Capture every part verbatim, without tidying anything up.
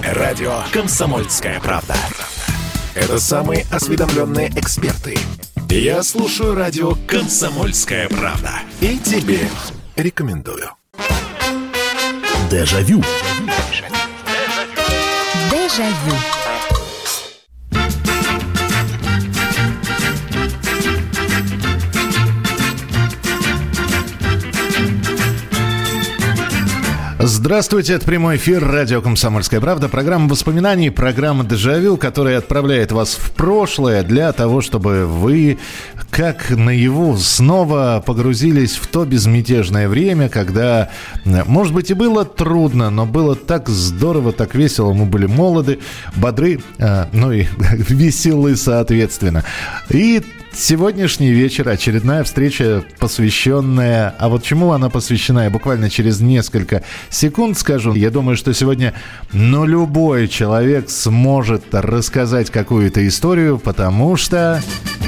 Радио «Комсомольская правда». Это самые осведомленные эксперты. Я слушаю радио «Комсомольская правда». И тебе рекомендую. Дежавю. Дежавю. Здравствуйте, это прямой эфир радио «Комсомольская правда», программа воспоминаний, программа «Дежавю», которая отправляет вас в прошлое для того, чтобы вы, как наяву, снова погрузились в то безмятежное время, когда, может быть, и было трудно, но было так здорово, так весело, мы были молоды, бодры, ну и веселы, соответственно. И сегодняшний вечер, очередная встреча, посвященная... А вот чему она посвящена, я буквально через несколько секунд скажу. Я думаю, что сегодня, ну, любой человек сможет рассказать какую-то историю, потому что...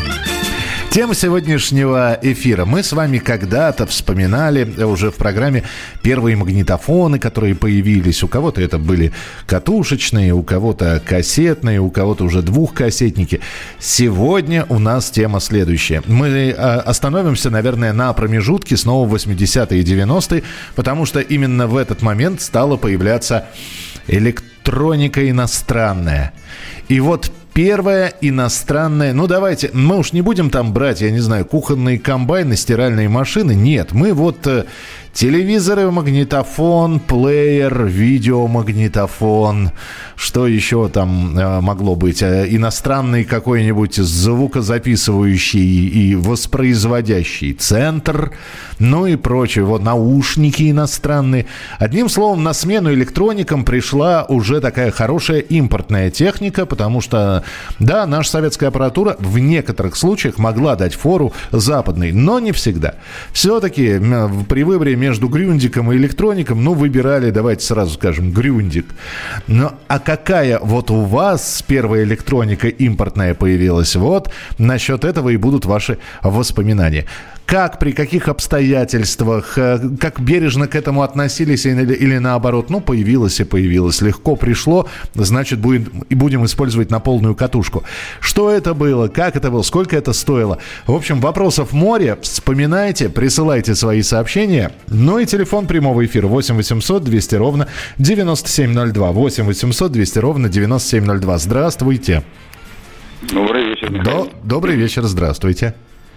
Тема сегодняшнего эфира. Мы с вами когда-то вспоминали уже в программе первые магнитофоны, которые появились. У кого-то это были катушечные, у кого-то кассетные, у кого-то уже двухкассетники. Сегодня у нас тема следующая. Мы остановимся, наверное, на промежутке снова восьмидесятые и девяностые, потому что именно в этот момент стала появляться электроника иностранная. И вот первая иностранная... Ну, давайте, мы уж не будем там брать, я не знаю, кухонные комбайны, стиральные машины. Нет, мы вот э, телевизоры, магнитофон, плеер, видеомагнитофон. Что еще там э, могло быть? Э, иностранный какой-нибудь звукозаписывающий и воспроизводящий центр. Ну и прочее. Вот наушники иностранные. Одним словом, на смену электроникам пришла уже такая хорошая импортная техника, потому что да, наша советская аппаратура в некоторых случаях могла дать фору западной, но не всегда. Все-таки при выборе между грюндиком и электроником, ну, выбирали, давайте сразу скажем, грюндик. Ну, а какая вот у вас первая электроника импортная появилась? Вот насчет этого и будут ваши воспоминания. Как, при каких обстоятельствах, как бережно к этому относились или, или наоборот, ну, появилось и появилось, легко пришло, значит, будет, и будем использовать на полную катушку. Что это было, как это было, сколько это стоило? В общем, вопросов море, вспоминайте, присылайте свои сообщения. Ну и телефон прямого эфира восемь восемьсот двести ровно девяносто семь ноль два. восемь восемьсот двести ровно девяносто семь ноль два. Здравствуйте. Добрый вечер, Михаил. До, добрый вечер, здравствуйте.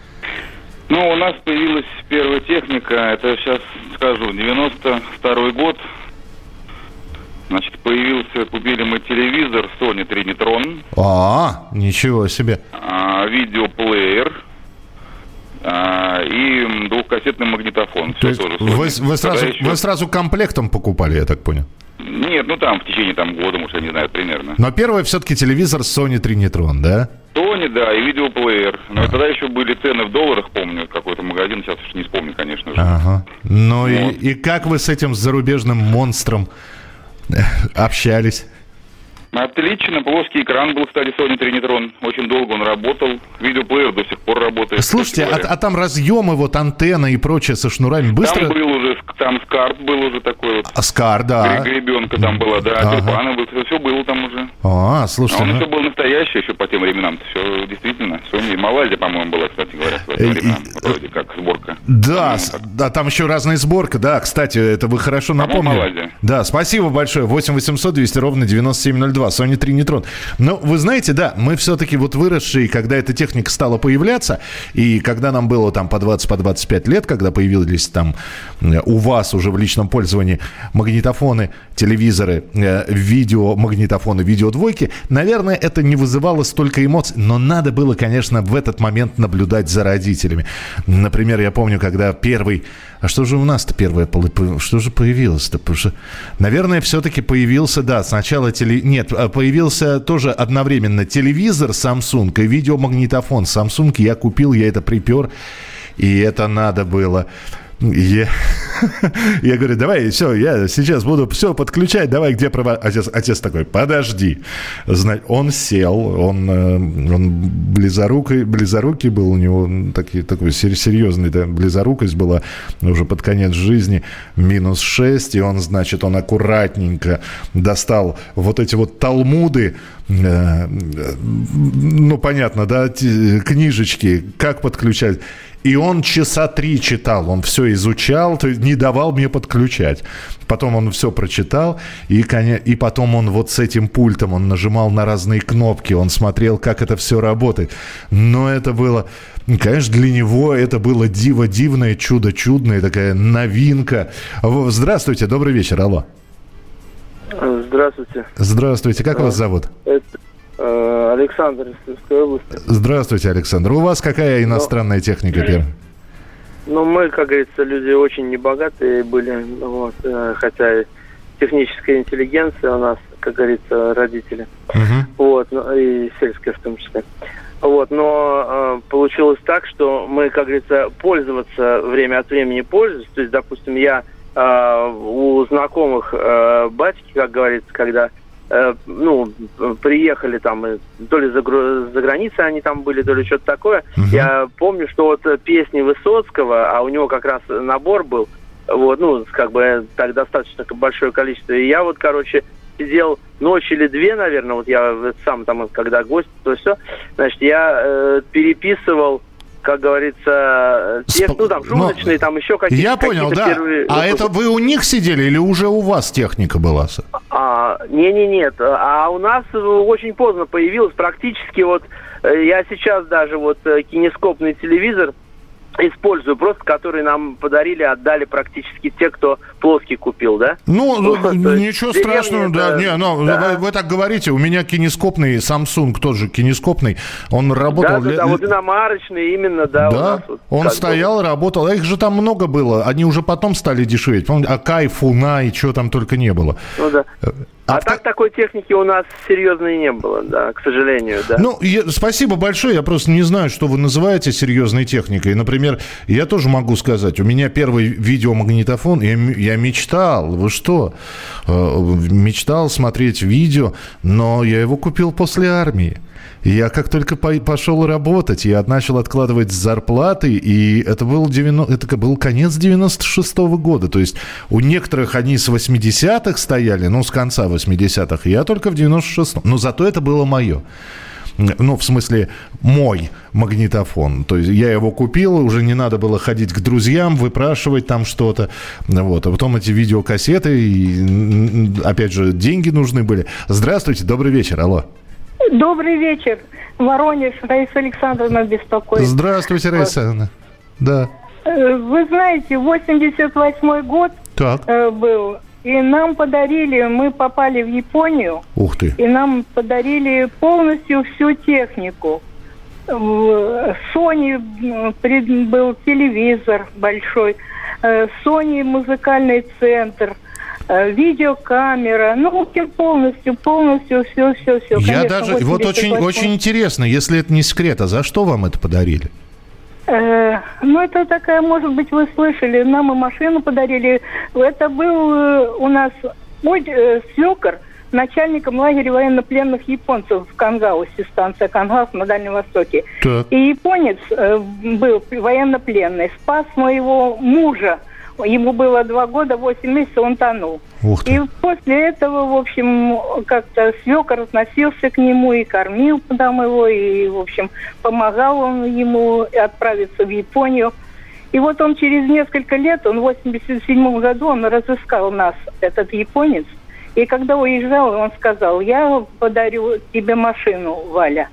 Ну, у нас появилась первая техника, это сейчас скажу, девяносто второй год. Значит, появился, купили мы телевизор Sony Trinitron. А, ничего себе. А, видеоплеер. А, и двухкассетный магнитофон. То есть вы, вы, сразу, еще... вы сразу комплектом покупали, я так понял? Нет, ну там в течение там, года, может, я не знаю, примерно. Но первый все-таки телевизор Sony Trinitron, да? Sony, да, и видеоплеер. Но а. тогда еще были цены в долларах, помню, какой-то магазин, сейчас уж не вспомню, конечно же. Ага. Ну вот. и, и как вы с этим зарубежным монстром общались? Отлично, плоский экран был, кстати, Sony Trinitron. Очень долго он работал. Видеоплеер до сих пор работает. Слушайте, а, а там разъемы, вот антенна и прочее со шнурами быстро? Там был уже, там скарт был уже такой вот. А скар, да. Гребенка там была, да, ага. Тюльпаны был, все было там уже. А, слушайте. А он ну... еще был настоящий еще по тем временам. Все действительно. Sony, Малайзия, по-моему, была, кстати говоря, в это время. Вроде как сборка. Да, да, там еще разная сборка, да, кстати, это вы хорошо напомнили. Малайзия. Да, спасибо большое. восемь восемьсот двести ровно девяносто семь ноль два. Sony Trinitron. Но вы знаете, да, мы все-таки вот выросшие, когда эта техника стала появляться, и когда нам было там по двадцать, по двадцать пять лет, когда появились там у вас уже в личном пользовании магнитофоны, телевизоры, видеомагнитофоны, видеодвойки, наверное, это не вызывало столько эмоций, но надо было, конечно, в этот момент наблюдать за родителями. Например, я помню, когда первый... А что же у нас-то первое... Что же появилось-то? Потому что, наверное, все-таки появился, да, сначала... Теле... Нет, появился тоже одновременно телевизор Samsung и видеомагнитофон Samsung. Я купил, я это припер, и это надо было. Я, я говорю, давай, все, я сейчас буду все подключать, давай, где права... Отец, отец такой, подожди. Он сел, он, он близорукий, близорукий был, у него такие, такой серьезный, да, близорукость была уже под конец жизни, минус шесть, и он, значит, он аккуратненько достал вот эти вот талмуды, ну, понятно, да, книжечки, как подключать. И он часа три читал, он все изучал, то есть не давал мне подключать. Потом он все прочитал, и, и потом он вот с этим пультом, он нажимал на разные кнопки, он смотрел, как это все работает. Но это было, конечно, для него это было диво дивное, чудо чудное, такая новинка. Здравствуйте, добрый вечер, алло. Здравствуйте. Здравствуйте, как а, вас зовут? Это э, Александр из Тверской области. Здравствуйте, Александр. У вас какая иностранная Но, техника первая? Ну, мы, как говорится, люди очень небогатые были, вот, э, хотя и техническая интеллигенция у нас, как говорится, родители, uh-huh. вот, ну, и сельская в том числе. Вот, но э, получилось так, что мы, как говорится, пользоваться время от времени пользуемся. То есть, допустим, я Uh, у знакомых uh, батьки, как говорится, когда uh, ну, приехали там, то ли за, за границей они там были, то ли что-то такое. Uh-huh. Я помню, что вот песни Высоцкого, а у него как раз набор был, вот, ну, как бы так достаточно большое количество. И я вот, короче, сидел ночь или две, наверное, вот я сам там, когда гость, то все, значит, я э, переписывал, как говорится, те, ну, там, шуточные, там еще какие-то. Я понял, да. Первые... А это вы у них сидели или уже у вас техника была? А, не-не-нет. А у нас очень поздно появилось, практически вот, я сейчас даже вот кинескопный телевизор использую, просто который нам подарили, отдали практически те, кто плоский купил, да? Ну, ну ничего страшного, да, не, ну, да. Вы, вы так говорите, у меня кинескопный Samsung, тоже кинескопный, он работал... Да, да, да, вот иномарочный именно, да. Да, у нас вот, он стоял, бы... работал, а их же там много было, они уже потом стали дешеветь, помните, Акай, Фуна и чего там только не было. Ну да. А, а так та... такой техники у нас серьезной не было, да, к сожалению, да. Ну, я, спасибо большое, я просто не знаю, что вы называете серьезной техникой. Например, я тоже могу сказать, у меня первый видеомагнитофон, я, я мечтал, вы что, мечтал смотреть видео, но я его купил после армии. Я как только по- пошел работать, я начал откладывать с зарплаты, и это был, девяносто, это был конец девяносто шестого года. То есть у некоторых они с восьмидесятых стояли, ну, с конца восьмидесятых, я только в девяносто шестом. Но зато это было мое. Ну, в смысле, мой магнитофон. То есть я его купил, уже не надо было ходить к друзьям, выпрашивать там что-то. Вот. А потом эти видеокассеты, и, опять же, деньги нужны были. Здравствуйте, добрый вечер, алло. Добрый вечер. Воронеж, Раиса Александровна беспокоит. Здравствуйте, Раиса Александровна. Да. Вы знаете, восемьдесят восьмой год так. был, и нам подарили, мы попали в Японию. Ух ты. И нам подарили полностью всю технику. Sony был телевизор большой, Sony музыкальный центр, видеокамера, ну, полностью, полностью, все, все, все. Я конечно, даже, вот очень, очень интересно, если это не секрет, а за что вам это подарили? Э, ну, это такая, может быть, вы слышали, нам и машину подарили. Это был э, у нас мой э, свекор, начальником лагеря военнопленных японцев в Кангаусе, станция Кангас на Дальнем Востоке. Так. И японец э, был военнопленный, спас моего мужа. Ему было два года, восемь месяцев, он тонул. И после этого, в общем, как-то свекор относился к нему и кормил там его, и, в общем, помогал он ему отправиться в Японию. И вот он через несколько лет, он в восемьдесят седьмом году, он разыскал нас, этот японец. И когда уезжал, он сказал: я подарю тебе машину, Валя.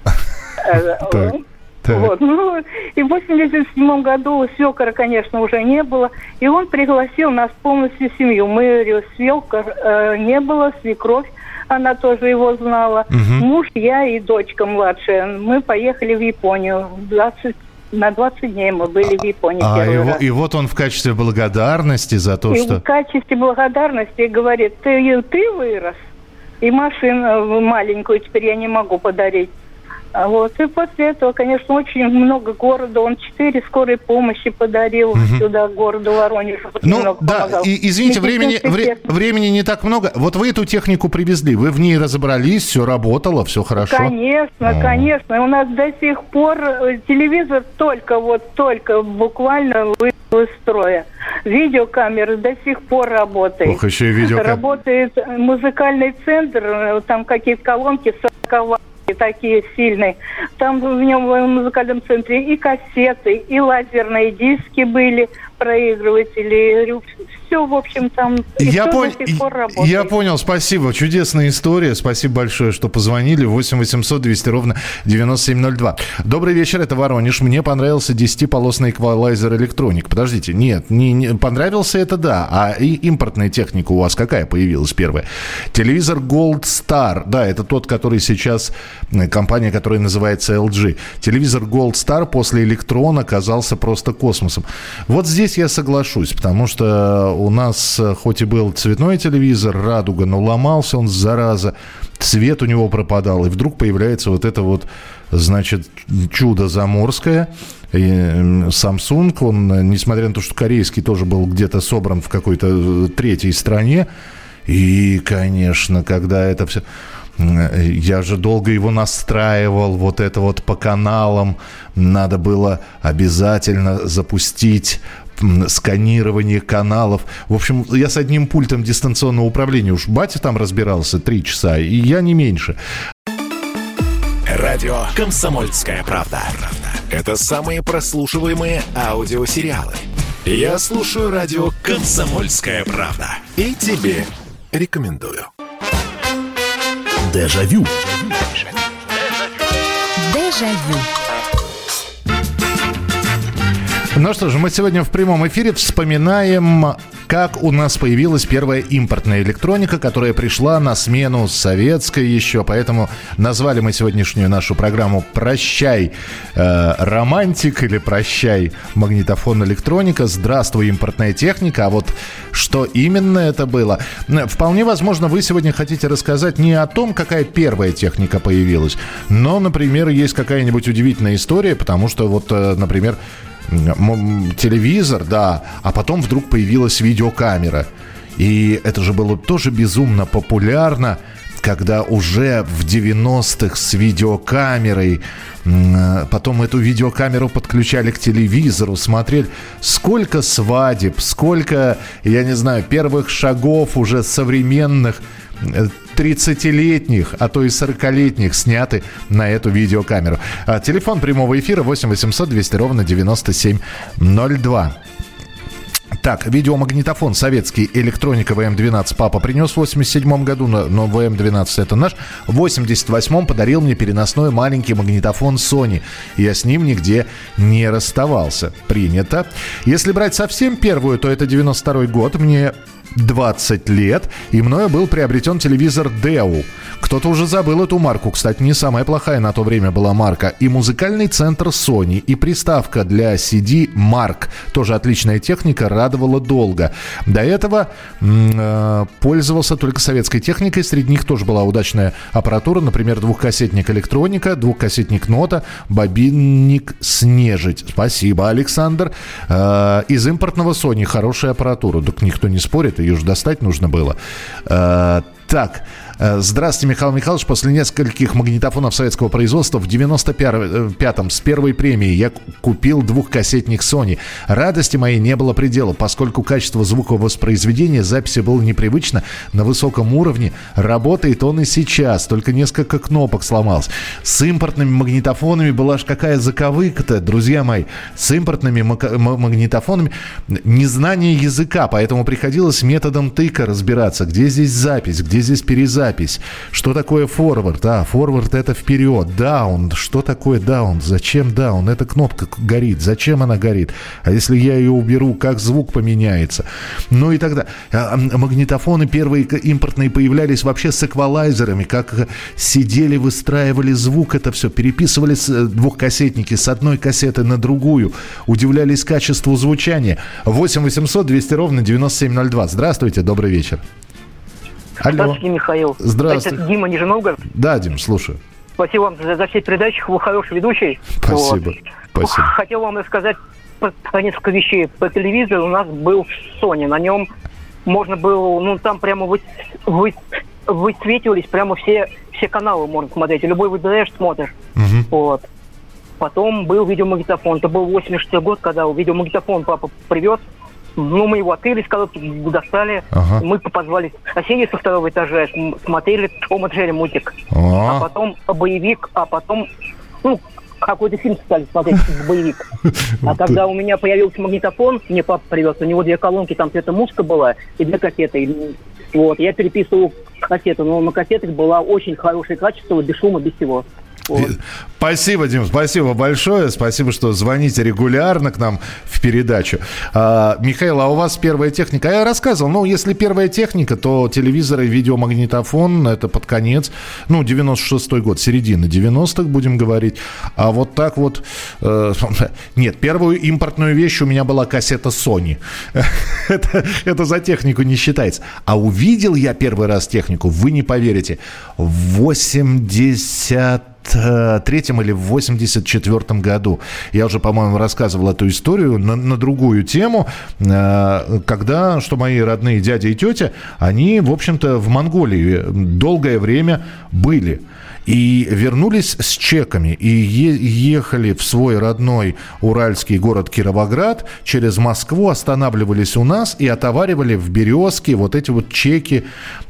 Вот. Ну, и в восемьдесят седьмом году свекора, конечно, уже не было. И он пригласил нас полностью семью. Мы, свекор э, не было, свекровь, она тоже его знала. Угу. Муж, я и дочка младшая. Мы поехали в Японию. двадцать, на двадцать дней мы были в Японии. А, и, раз. И вот он в качестве благодарности за то, и что... в качестве благодарности говорит: ты, ты вырос, и машину маленькую теперь я не могу подарить. А вот. И после этого, конечно, очень много города. Он четыре скорой помощи подарил угу. сюда, городу Воронежу. Ну, да, и, извините, времени, вре, времени не так много. Вот вы эту технику привезли, вы в ней разобрались, все работало, все хорошо? Конечно, О. конечно. У нас до сих пор телевизор только вот, только буквально вышел из строя. Видеокамера до сих пор работает. Ох, еще и видеокамера. Работает музыкальный центр, там какие-то колонки сороковые. Такие сильные. Там в нем в музыкальном центре и кассеты, и лазерные диски были, проигрыватели. Все, в общем, там я, пон... до сих пор работает. Я понял, спасибо. Чудесная история. Спасибо большое, что позвонили. восемь восемьсот двести ровно девяносто семь ноль два. Добрый вечер, это Воронеж. Мне понравился десятиполосный эквалайзер электроник. Подождите, нет, не, не понравился это да. А и импортная техника у вас какая появилась первая? Телевизор Gold Star. Да, это тот, который сейчас... Компания, которая называется эл джи. Телевизор Gold Star после Electron оказался просто космосом. Вот здесь я соглашусь, потому что у нас хоть и был цветной телевизор, радуга, но ломался он, зараза. Цвет у него пропадал. И вдруг появляется вот это вот, значит, чудо заморское. И Samsung, он, несмотря на то, что корейский тоже был где-то собран в какой-то третьей стране. И, конечно, когда это все... Я же долго его настраивал, вот это вот по каналам. Надо было обязательно запустить сканирование каналов. В общем, я с одним пультом дистанционного управления. Уж батя там разбирался три часа, и я не меньше. Радио «Комсомольская правда». Это самые прослушиваемые аудиосериалы. Я слушаю радио «Комсомольская правда». И тебе рекомендую. Дежавю. Дежавю. Ну что же, мы сегодня в прямом эфире вспоминаем, как у нас появилась первая импортная электроника, которая пришла на смену советской еще. Поэтому назвали мы сегодняшнюю нашу программу «Прощай, э, романтик» или «Прощай, магнитофон, электроника». Здравствуй, импортная техника. А вот что именно это было? Вполне возможно, вы сегодня хотите рассказать не о том, какая первая техника появилась, но, например, есть какая-нибудь удивительная история, потому что вот, например, телевизор, да, а потом вдруг появилась видеокамера. И это же было тоже безумно популярно, когда уже в девяностых с видеокамерой, потом эту видеокамеру подключали к телевизору, смотрели, сколько свадеб, сколько, я не знаю, первых шагов уже современных, тридцатилетних, а то и сорокалетних сняты на эту видеокамеру. А, телефон прямого эфира восемь восемьсот двести ровно девяносто семь ноль два. Так, видеомагнитофон советский, электроника вэ эм двенадцать папа принес в восемьдесят седьмом году, но, но вэ эм двенадцать это наш. В восемьдесят восьмом подарил мне переносной маленький магнитофон Sony. Я с ним нигде не расставался. Принято. Если брать совсем первую, то это девяносто второй год. Мне двадцать лет, и мною был приобретен телевизор Deo. Кто-то уже забыл эту марку. Кстати, не самая плохая на то время была марка. И музыкальный центр Sony, и приставка для си ди Mark. Тоже отличная техника, радовала долго. До этого э, пользовался только советской техникой. Среди них тоже была удачная аппаратура. Например, двухкассетник электроника, двухкассетник нота, бобинник снежить. Спасибо, Александр. Э, из импортного Sony хорошая аппаратура. Так никто не спорит, ее же достать нужно было. Э, так... Здравствуйте, Михаил Михайлович. После нескольких магнитофонов советского производства в девяносто пятом с первой премией я купил двухкассетник Sony. Радости моей не было предела, поскольку качество звуковоспроизведения записи было непривычно, на высоком уровне. Работает он и сейчас, только несколько кнопок сломалось. С импортными магнитофонами была ж какая заковыка-то, друзья мои. С импортными магнитофонами незнание языка, поэтому приходилось методом тыка разбираться, где здесь запись, где здесь перезапись. Что такое форвард? А, форвард это вперед. Даун. Что такое даун? Зачем даун? Эта кнопка горит. Зачем она горит? А если я ее уберу, как звук поменяется? Ну и тогда. А, магнитофоны первые импортные появлялись вообще с эквалайзерами. Как сидели, выстраивали звук. Это все. Переписывали двухкассетники с одной кассеты на другую. Удивлялись качеству звучания. восемь восемьсот двести ровно девяносто семь ноль два. Здравствуйте, добрый вечер. Алло. Здравствуйте, Михаил. Здравствуйте. Это Дима, Нижний Новгород. Да, Дим, слушаю. Спасибо вам за, за все передачи. Вы хороший ведущий. Спасибо. Вот. Спасибо. Хотел вам рассказать про несколько вещей. По телевизору у нас был Sony. На нем можно было, ну, там прямо вы, вы, высветивались прямо все, все каналы можно смотреть. Любой выбираешь, смотришь. Угу. Вот. Потом был видеомагнитофон. Это был восемьдесят шестой год, когда видеомагнитофон папа привез. Ну, мы его открыли, с коробки достали. Ага. Мы позвали соседей со второго этажа, смотрели Том и Джерри мультик. А, а потом боевик, а потом, ну, какой-то фильм стали смотреть, боевик. А когда у меня появился магнитофон, мне папа привез, у него две колонки, там где-то музыка была и две кассеты. Вот, я переписывал кассету, но на кассетах было очень хорошее качество, без шума, без всего. Вот. Спасибо, Дим, спасибо большое. Спасибо, что звоните регулярно к нам в передачу. А, Михаил, а у вас первая техника? Я рассказывал, ну, если первая техника, то телевизор и видеомагнитофон, это под конец, ну, девяносто шестой год, середина девяностых, будем говорить. А вот так вот... Э, нет, первую импортную вещь у меня была кассета Sony. это, это за технику не считается. А увидел я первый раз технику, вы не поверите, в восемьдесят третьем или в восемьдесят четвёртом году. Я уже, по-моему, рассказывал эту историю на, на другую тему, когда, что мои родные дядя и тетя, они, в общем-то, в Монголии долгое время были. И вернулись с чеками. И е- ехали в свой родной уральский город Кировоград, через Москву, останавливались у нас и отоваривали в «Березке» вот эти вот чеки.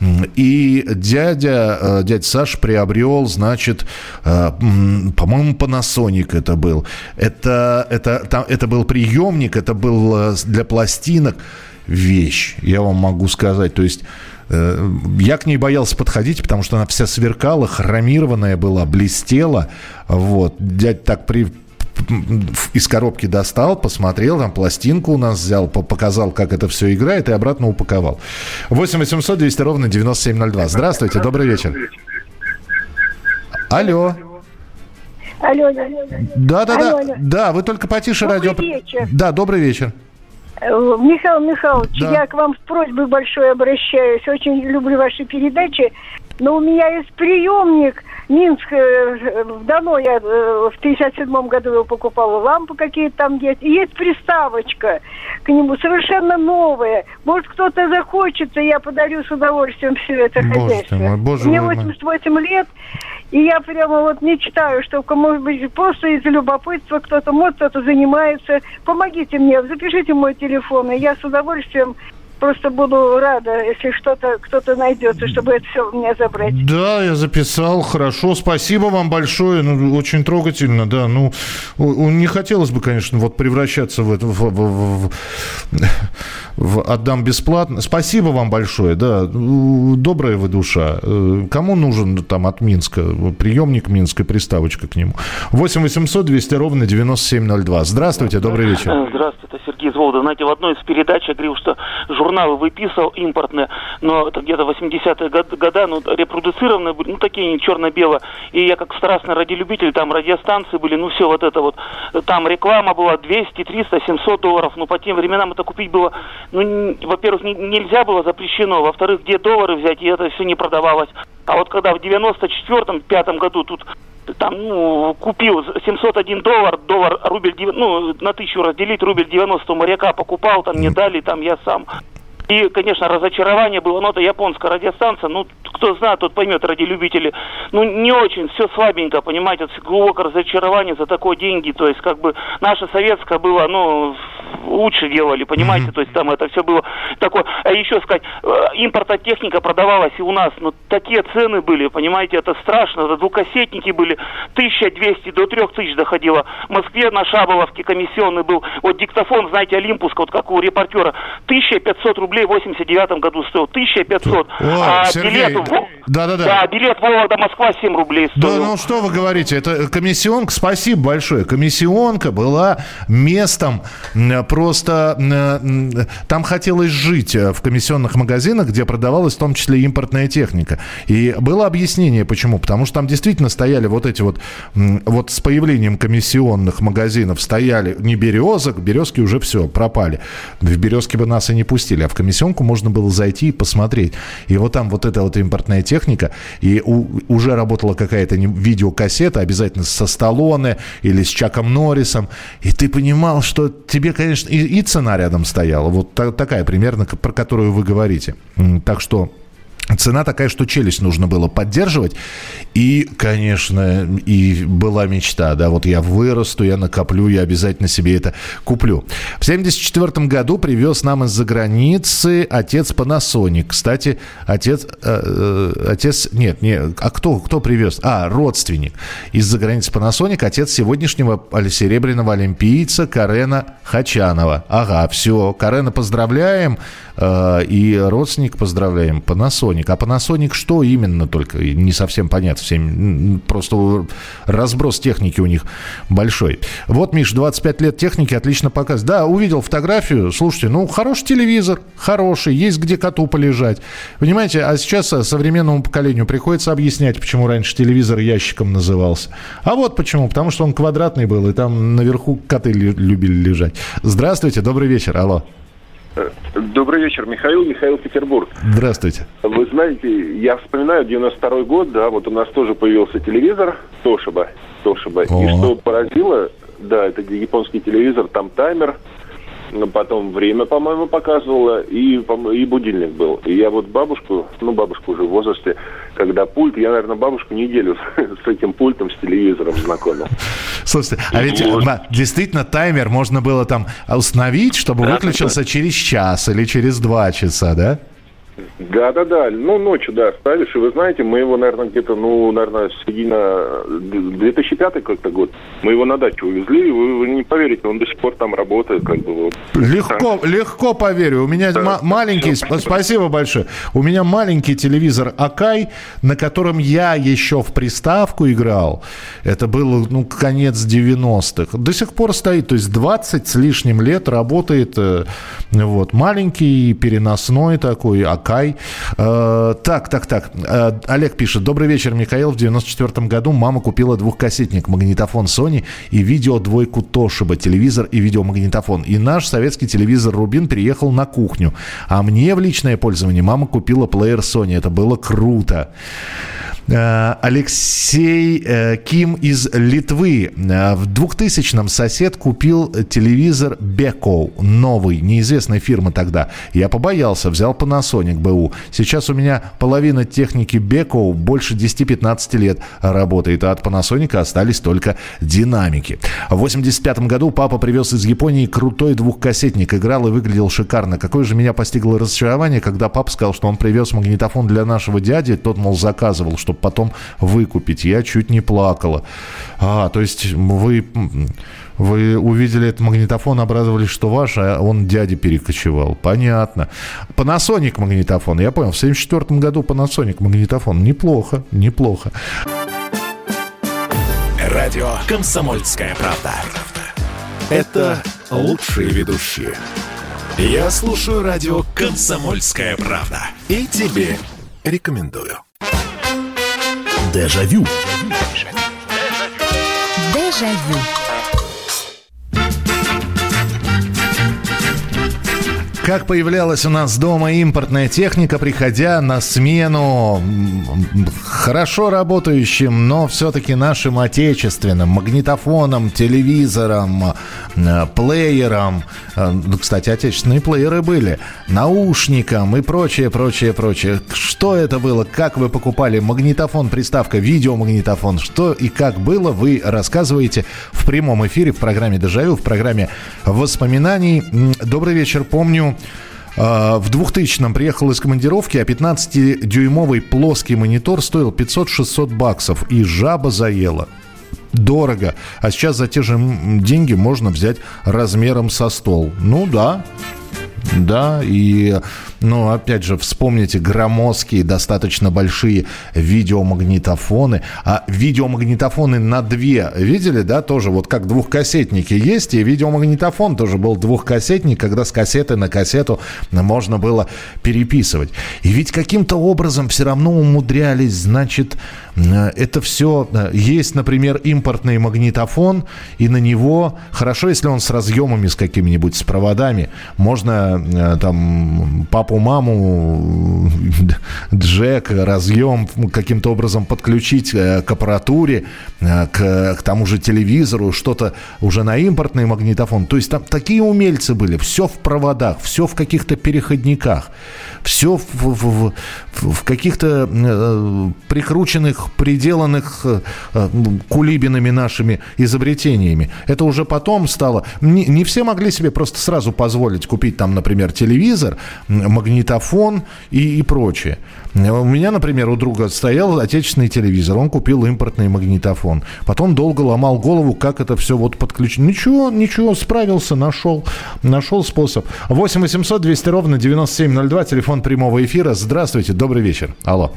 И дядя, дядя Саша приобрел, значит, по-моему, Panasonic это был. Это, это, там, это был приемник, это был для пластинок вещь, я вам могу сказать. То есть я к ней боялся подходить, потому что она вся сверкала, хромированная была, блестела. Вот. Дядя так при... из коробки достал, посмотрел, там пластинку у нас взял, показал, как это все играет, и обратно упаковал. восемь восемьсот двести ровно девяносто семь ноль два. Здравствуйте, добрый вечер. Алло. Алло. Да, да, да. Да, вы только потише радио. Добрый вечер. Да, добрый вечер. Михаил Михайлович, да. Я к вам с просьбой большой обращаюсь. Очень люблю ваши передачи. Но у меня есть приемник Минск. Давно я в тысяча девятьсот седьмом году его покупала. Лампы какие-то там есть. И есть приставочка к нему совершенно новая. Может, кто-то захочется, я подарю с удовольствием все это Боже хозяйство. мой, Боже Мне мой. восемьдесят восемь лет. И я прямо вот мечтаю, что, может быть, просто из любопытства кто-то, может, кто-то занимается. Помогите мне, запишите мой телефон, и я с удовольствием просто буду рада, если что-то, кто-то найдется, чтобы это все у меня забрать. Да, я записал, хорошо, спасибо вам большое, ну, очень трогательно, да, ну, не хотелось бы, конечно, вот превращаться в это, в, в, в, в отдам бесплатно. Спасибо вам большое, да, добрая вы душа. Кому нужен там от Минска приемник Минска, приставочка к нему? восемь восемьсот двести ровно девяносто семь ноль два. Здравствуйте, добрый вечер. Здравствуйте, это Сергей из Волга. Знаете, в одной из передач я говорил, что журналы выписывал импортные, но это где-то восьмидесятые годы, ну, репродуцированные были, ну, такие черно-белые. И я как страстный радиолюбитель, там радиостанции были, ну, все вот это вот. Там реклама была двести, триста, семьсот долларов, ну, по тем временам это купить было, ну, не, во-первых, не, нельзя было, запрещено, во-вторых, где доллары взять, и это все не продавалось. А вот когда в девяносто четвёртом, пятом году тут там, ну, купил семьсот один доллар, доллар, рубль, ну, на тысячу разделить, рубль девяносто у моряка покупал, там, не дали, там, я сам. И, конечно, разочарование было, но это японская радиостанция, ну, кто знает, тот поймет, радиолюбители. Ну, не очень, все слабенько, понимаете, это глубокое разочарование за такие деньги, то есть, как бы, наша советская была, ну, лучше делали, понимаете, mm-hmm. то есть, там это все было такое. А еще сказать, импортотехника продавалась и у нас, ну, такие цены были, понимаете, это страшно, это двухкассетники были, тысяча двести до трех тысяч доходило. В Москве на Шаболовке комиссионный был, вот диктофон, знаете, Олимпус, вот как у репортера, тысяча пятьсот рублей в восемьдесят девятом году стоил, тысяча пятьсот. О, а Сергей, билет, да, да, да. да, билет Вологда-Москва семь рублей стоил. Да, ну что вы говорите, это комиссионка, спасибо большое. Комиссионка была местом просто, там хотелось жить в комиссионных магазинах, где продавалась в том числе импортная техника. И было объяснение, почему. Потому что там действительно стояли вот эти вот, вот с появлением комиссионных магазинов стояли не березок, березки уже все, пропали. В березки бы нас и не пустили, а в комиссионку, можно было зайти и посмотреть. И вот там вот эта вот импортная техника, и у, уже работала какая-то видеокассета, обязательно со Сталлоне или с Чаком Норрисом, и ты понимал, что тебе, конечно, и, и цена рядом стояла, вот та, такая примерно, про которую вы говорите. Так что цена такая, что челюсть нужно было поддерживать. И, конечно, и была мечта, да, вот я вырасту, я накоплю, я обязательно себе это куплю. В семьдесят четвёртом году привез нам из-за границы отец Panasonic. Кстати, отец, э, отец, нет, не, а кто, кто привез? А, родственник из-за границы Panasonic, отец сегодняшнего серебряного олимпийца Карена Хачанова. Ага, все, Карена поздравляем, э, и родственник поздравляем, Panasonic. А Panasonic что именно только? Не совсем понятно. Всем, просто разброс техники у них большой. Вот, Миш, двадцать пять лет техники отлично показывает. Да, увидел фотографию. Слушайте, ну, хороший телевизор, хороший, есть где коту полежать. Понимаете, а сейчас современному поколению приходится объяснять, почему раньше телевизор ящиком назывался. А вот почему. Потому что он квадратный был, и там наверху коты любили лежать. Здравствуйте, добрый вечер. Алло. Добрый вечер, Михаил, Михаил, Петербург. Здравствуйте. Вы знаете, я вспоминаю девяносто второй год, да, вот у нас тоже появился телевизор Toshiba, Toshiba. И что поразило, да, это японский телевизор, там таймер, потом время, по-моему, показывало, и, и будильник был. И я вот бабушку, ну, бабушка уже в возрасте, когда пульт, я, наверное, бабушку неделю с, с этим пультом, с телевизором знакомил. Слушайте, а ведь вот. Действительно таймер можно было там установить, чтобы да, выключился да. через час или через два часа, да? Да-да-да, ну, ночью, да, ставишь, и вы знаете, мы его, наверное, где-то, ну, наверное, середина две тысячи пятый как-то год, мы его на дачу увезли, и вы, вы не поверите, он до сих пор там работает, как бы вот. Легко, да. легко поверю, у меня да, м- маленький, все, спасибо большое, у меня маленький телевизор Акай, на котором я еще в приставку играл, это было, ну, конец девяностых, до сих пор стоит, то есть двадцать с лишним лет работает, вот, маленький, переносной такой, Акай. Э, так, так, так. Э, Олег пишет. Добрый вечер, Михаил. В девяносто четвёртом году мама купила двухкассетник, магнитофон Sony и видеодвойку Toshiba, телевизор и видеомагнитофон. И наш советский телевизор Рубин переехал на кухню. А мне в личное пользование мама купила плеер Sony. Это было круто. Алексей э, Ким из Литвы. В двухтысячном сосед купил телевизор Beko, новый, неизвестной фирмы тогда. Я побоялся, взял Panasonic бэ у. Сейчас у меня половина техники Beko больше десять-пятнадцать лет работает, а от Panasonic остались только динамики. В восемьдесят пятом году папа привез из Японии крутой двухкассетник, играл и выглядел шикарно. Какое же меня постигло разочарование, когда папа сказал, что он привез магнитофон для нашего дяди, тот, мол, заказывал, чтобы потом выкупить. Я чуть не плакала. А, то есть вы, вы увидели этот магнитофон, обрадовались, что ваш, а он дяде перекочевал. Понятно. Panasonic магнитофон. Я понял, в семьдесят четвёртом году Panasonic магнитофон. Неплохо, неплохо. Радио «Комсомольская правда». Это лучшие ведущие. Я слушаю радио «Комсомольская правда». И тебе рекомендую. Дежавю. Дежавю. Как появлялась у нас дома импортная техника, приходя на смену хорошо работающим, но все-таки нашим отечественным магнитофоном, телевизором, плеером, кстати, отечественные плееры были, наушником и прочее, прочее, прочее. Что это было? Как вы покупали магнитофон, приставка, видеомагнитофон? Что и как было, вы рассказываете в прямом эфире в программе «Дежавю», в программе воспоминаний. Добрый вечер, помню. В двухтысячном приехал из командировки, а пятнадцатидюймовый плоский монитор стоил пятьсот-шестьсот баксов, и жаба заела. Дорого. А сейчас за те же деньги можно взять размером со стол. Ну да. Да, и Ну, опять же, вспомните громоздкие, достаточно большие видеомагнитофоны. А видеомагнитофоны на две, видели, да, тоже вот как двухкассетники есть. И видеомагнитофон тоже был двухкассетник, когда с кассеты на кассету можно было переписывать. И ведь каким-то образом все равно умудрялись, значит, это все... Есть, например, импортный магнитофон, и на него, хорошо, если он с разъемами, с какими-нибудь, с проводами, можно там папу, маму, джек, разъем каким-то образом подключить к аппаратуре, к, к тому же телевизору, что-то уже на импортный магнитофон. То есть там такие умельцы были, все в проводах, все в каких-то переходниках, все в, в, в, в каких-то э, прикрученных, приделанных э, кулибинами нашими изобретениями. Это уже потом стало... Не, не все могли себе просто сразу позволить купить там, например, телевизор, магнитофон и, и прочее. У меня, например, у друга стоял отечественный телевизор, он купил импортный магнитофон. Потом долго ломал голову, как это все вот подключить. Ничего, ничего, справился, нашел, нашел способ. восемь восемьсот двести ровно девяносто семь ноль два, телефон прямого эфира. Здравствуйте, добрый вечер. Алло.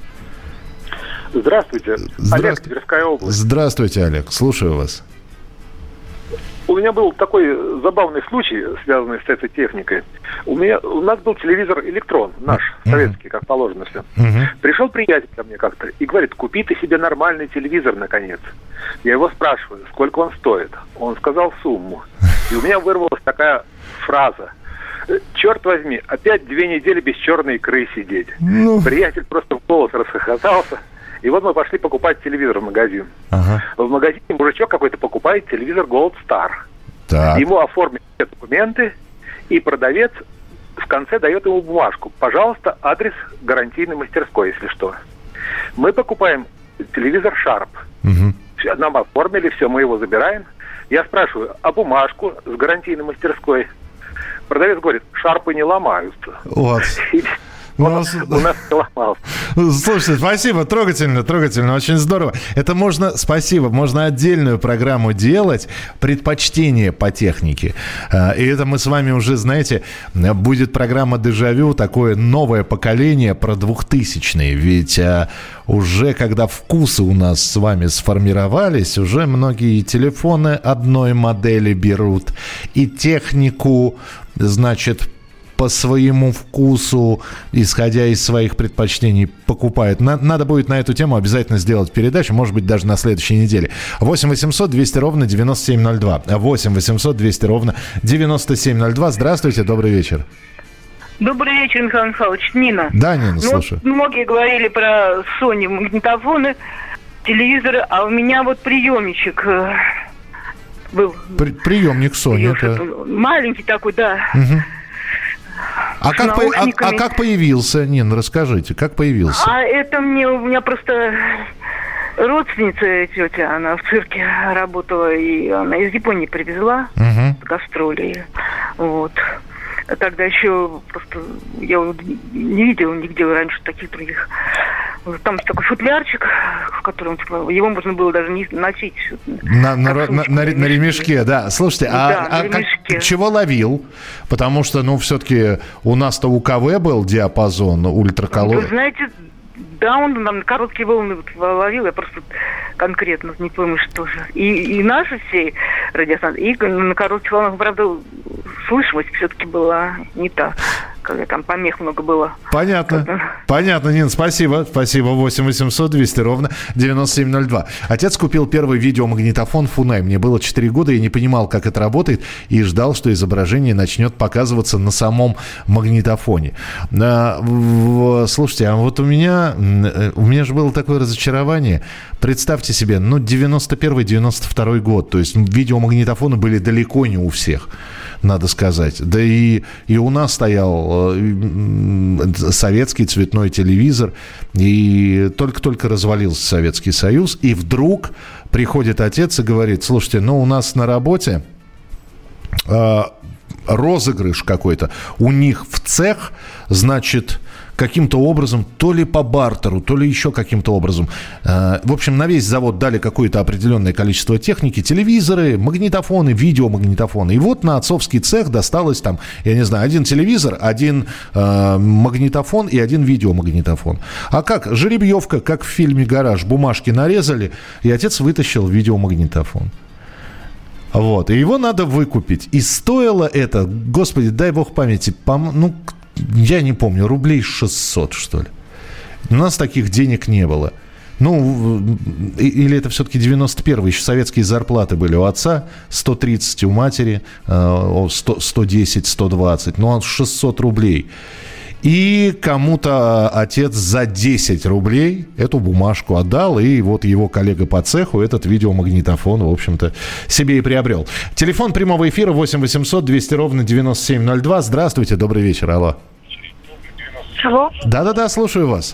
Здравствуйте. Здра... Олег, Тверская область. Здравствуйте, Олег, слушаю вас. У меня был такой забавный случай, связанный с этой техникой. У меня, у нас был телевизор «Электрон», наш, uh-huh. советский, как положено все. Uh-huh. Пришел приятель ко мне как-то и говорит: купи ты себе нормальный телевизор, наконец. Я его спрашиваю, сколько он стоит. Он сказал сумму. И у меня вырвалась такая фраза: черт возьми, опять две недели без черной икры сидеть. Ну... Приятель просто в голос расхохотался. И вот мы пошли покупать телевизор в магазин. Ага. В магазине мужичок какой-то покупает телевизор Gold Star. Так. Ему оформили все документы, и продавец в конце дает ему бумажку: пожалуйста, адрес гарантийной мастерской, если что. Мы покупаем телевизор Sharp. Угу. Нам оформили, все, мы его забираем. Я спрашиваю: а бумажку с гарантийной мастерской? Продавец говорит: шарпы не ломаются. Вот. Он, у нас ломался. Слушайте, спасибо, трогательно, трогательно, очень здорово. Это можно, спасибо, можно отдельную программу делать, предпочтение по технике. И это мы с вами уже, знаете, будет программа «Дежавю», такое новое поколение про двухтысячные. Ведь уже когда вкусы у нас с вами сформировались, уже многие телефоны одной модели берут, и технику, значит, по своему вкусу, исходя из своих предпочтений, покупают. На, надо будет на эту тему обязательно сделать передачу, может быть, даже на следующей неделе. восемь восемьсот двести ровно девяносто семь ноль два. восемь восемьсот двести ровно девяносто семь ноль два. Здравствуйте, добрый вечер. Добрый вечер, Михаил Михайлович. Нина. Да, Нина, ну, слушаю. Вот многие говорили про Sony магнитофоны, телевизоры, а у меня вот приемничек был. При, приемник Sony. Это... Маленький такой, да. Угу. А как, по, а, а как появился, Нин, расскажите, как появился? А это мне, у меня просто родственница тетя, она в цирке работала, и она из Японии привезла uh-huh. гастроли, вот. Тогда еще просто я не видела нигде раньше таких других. Там такой футлярчик, в котором его можно было даже не носить. На, на, на, на, на ремешке, да. Слушайте, да, а, а как, чего ловил? Потому что, ну, все-таки у нас-то у КВ был диапазон ультраколор. Вы знаете, да, он нам короткие волны ловил, я просто конкретно не помню, что же. И, и наши все радиостанции, и на коротких волнах, правда, слышимость все-таки была не та, когда там помех много было. Понятно. Когда... Понятно, Нин, спасибо. Спасибо. восемь восемьсот двести ровно девяносто семь ноль два. Отец купил первый видеомагнитофон Фунай. Мне было четыре года, я не понимал, как это работает, и ждал, что изображение начнет показываться на самом магнитофоне. Слушайте, а вот у меня, у меня же было такое разочарование. Представьте себе, ну, девяносто первый девяносто второй год. То есть видеомагнитофоны были далеко не у всех, надо сказать. Да и, и у нас стоял советский цветной телевизор, и только-только развалился Советский Союз, и вдруг приходит отец и говорит: слушайте, ну, у нас на работе э, розыгрыш какой-то. У них в цех, значит, каким-то образом, то ли по бартеру, то ли еще каким-то образом. В общем, на весь завод дали какое-то определенное количество техники, телевизоры, магнитофоны, видеомагнитофоны. И вот на отцовский цех досталось там, я не знаю, один телевизор, один э, магнитофон и один видеомагнитофон. А как? Жеребьевка, как в фильме «Гараж». Бумажки нарезали, и отец вытащил видеомагнитофон. Вот. И его надо выкупить. И стоило это, господи, дай бог памяти, пом- ну, я не помню, рублей шестьсот, что ли. У нас таких денег не было. Ну, или это все-таки девяносто первый, еще советские зарплаты были у отца, сто тридцать у матери, сто, сто десять, сто двадцать, ну, шестьсот рублей. И кому-то отец за десять рублей эту бумажку отдал, и вот его коллега по цеху этот видеомагнитофон, в общем-то, себе и приобрел. Телефон прямого эфира восемь восемьсот двести ровно девяносто семь ноль два. Здравствуйте, добрый вечер, алло. Алло. Да-да-да, слушаю вас.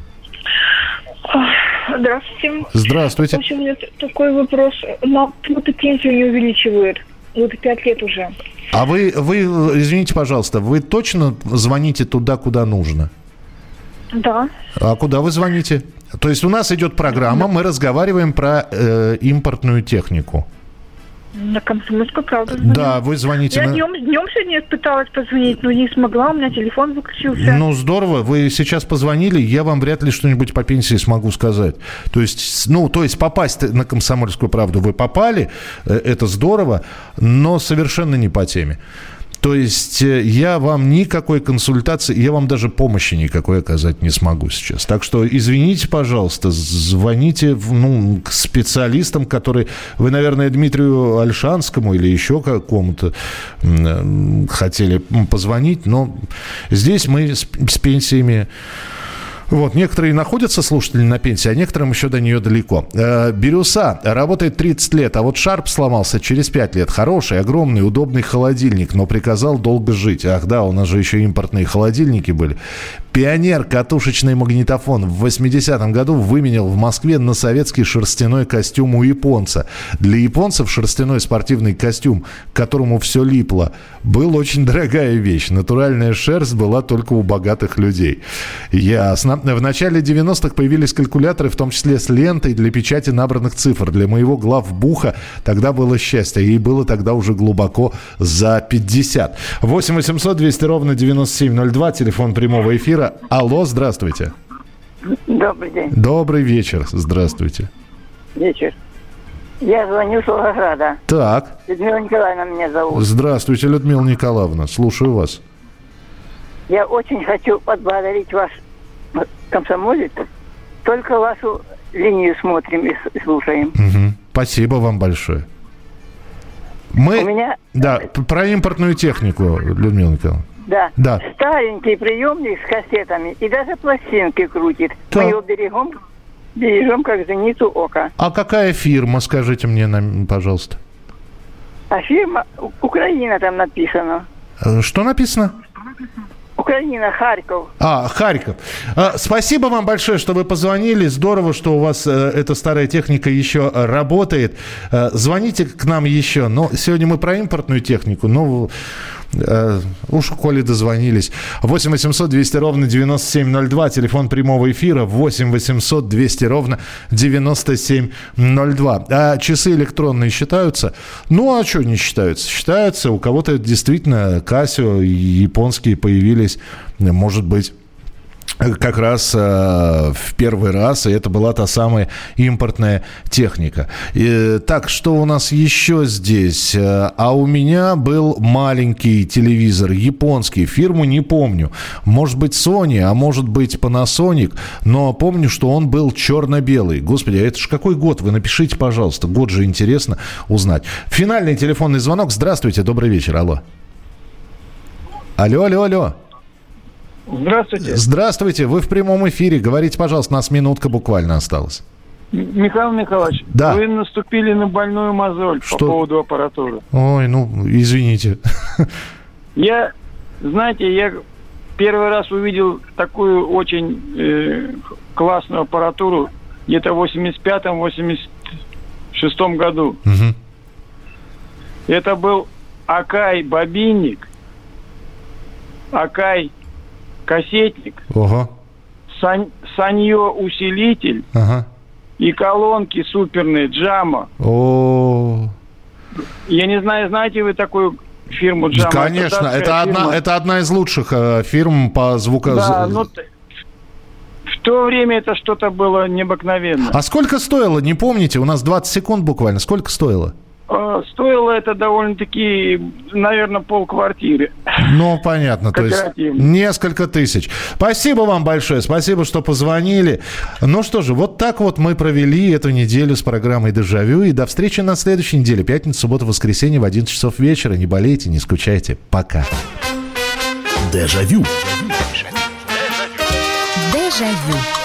Здравствуйте. Здравствуйте. В общем, у меня такой вопрос. Нам почему-то пенсию не увеличивают. Вот пять лет уже. А вы, вы, извините, пожалуйста, вы точно звоните туда, куда нужно? Да. А куда вы звоните? То есть у нас идет программа, мы разговариваем про э, импортную технику. На Комсомольскую правду звоню. Да, вы звоните. Я на... днем, днем сегодня пыталась позвонить, но не смогла, у меня телефон выключился. Ну, здорово, вы сейчас позвонили, я вам вряд ли что-нибудь по пенсии смогу сказать. То есть, ну, то есть попасть на Комсомольскую правду вы попали, это здорово, но совершенно не по теме. То есть я вам никакой консультации, я вам даже помощи никакой оказать не смогу сейчас. Так что извините, пожалуйста, звоните ну, к специалистам, которые... Вы, наверное, Дмитрию Ольшанскому или еще какому-то хотели позвонить, но здесь мы с, с пенсиями... Вот, некоторые находятся, слушатели, на пенсии, а некоторым еще до нее далеко. Э, Бирюса работает тридцать лет, а вот Шарп сломался через пять лет. Хороший, огромный, удобный холодильник, но приказал долго жить. Ах да, у нас же еще импортные холодильники были. Пионер катушечный магнитофон в восьмидесятом году выменял в Москве на советский шерстяной костюм у японца. Для японцев шерстяной спортивный костюм, к которому все липло, был очень дорогая вещь. Натуральная шерсть была только у богатых людей. Ясно. В начале девяностых появились калькуляторы, в том числе с лентой для печати набранных цифр. Для моего главбуха тогда было счастье. Ей было тогда уже глубоко за пятьдесят. восемь восемьсот двести ровно девяносто семь ноль два. Телефон прямого эфира. Алло, здравствуйте. Добрый день. Добрый вечер. Здравствуйте. Вечер. Я звоню с Волгограда. Так. Людмила Николаевна меня зовут. Здравствуйте, Людмила Николаевна. Слушаю вас. Я очень хочу поблагодарить ваш комсомолец. Только вашу линию смотрим и слушаем. Угу. Спасибо вам большое. Мы... У меня... Да, про импортную технику, Людмила Николаевна. Да. Да. Старенький приемник с кассетами и даже пластинки крутит. Да. Мы его берегем, бережем как зеницу ока. А какая фирма, скажите мне, пожалуйста? А фирма Украина там написано. Что написано? Украина, Харьков. А, Харьков. А, спасибо вам большое, что вы позвонили. Здорово, что у вас э, эта старая техника еще э, работает. Э, звоните к нам еще. Но сегодня мы про импортную технику. Ну, э, уж коли дозвонились. восемь восемьсот двести ровно девяносто семь ноль два. Телефон прямого эфира. восемь восемьсот двести ровно девяносто семь ноль два. А часы электронные считаются? Ну, а что не считаются? Считаются. У кого-то действительно Casio японские появились. Может быть, как раз э, в первый раз, и это была та самая импортная техника. И, так, что у нас еще здесь? А у меня был маленький телевизор, японский, фирму не помню. Может быть, Sony, а может быть, Panasonic, но помню, что он был черно-белый. Господи, а это ж какой год? Вы напишите, пожалуйста. Год же интересно узнать. Финальный телефонный звонок. Здравствуйте, добрый вечер, алло. Алло, алло, алло. Здравствуйте. Здравствуйте, вы в прямом эфире. Говорите, пожалуйста, у нас минутка буквально осталась. Михаил Николаевич, да. Вы наступили на больную мозоль Что? По поводу аппаратуры. Ой, ну, извините. Я, знаете, я первый раз увидел такую очень э, классную аппаратуру где-то в восемьдесят пятом - восемьдесят шестом году. Угу. Это был Акай бобинник, Акай кассетник, Ого. сан, санье-усилитель ага. и колонки суперные Джама. О. Я не знаю, знаете вы такую фирму Джама? Конечно, это, это, одна, это одна из лучших э, фирм по звуку. Да, но в то время это что-то было необыкновенное. А сколько стоило, не помните? У нас двадцать секунд буквально. Сколько стоило? Стоило это довольно-таки, наверное, полквартиры. Ну, понятно. То есть несколько тысяч. Спасибо вам большое. Спасибо, что позвонили. Ну что же, вот так вот мы провели эту неделю с программой «Дежавю». И до встречи на следующей неделе. Пятница, суббота, воскресенье в одиннадцать часов вечера. Не болейте, не скучайте. Пока. Дежавю. Дежавю.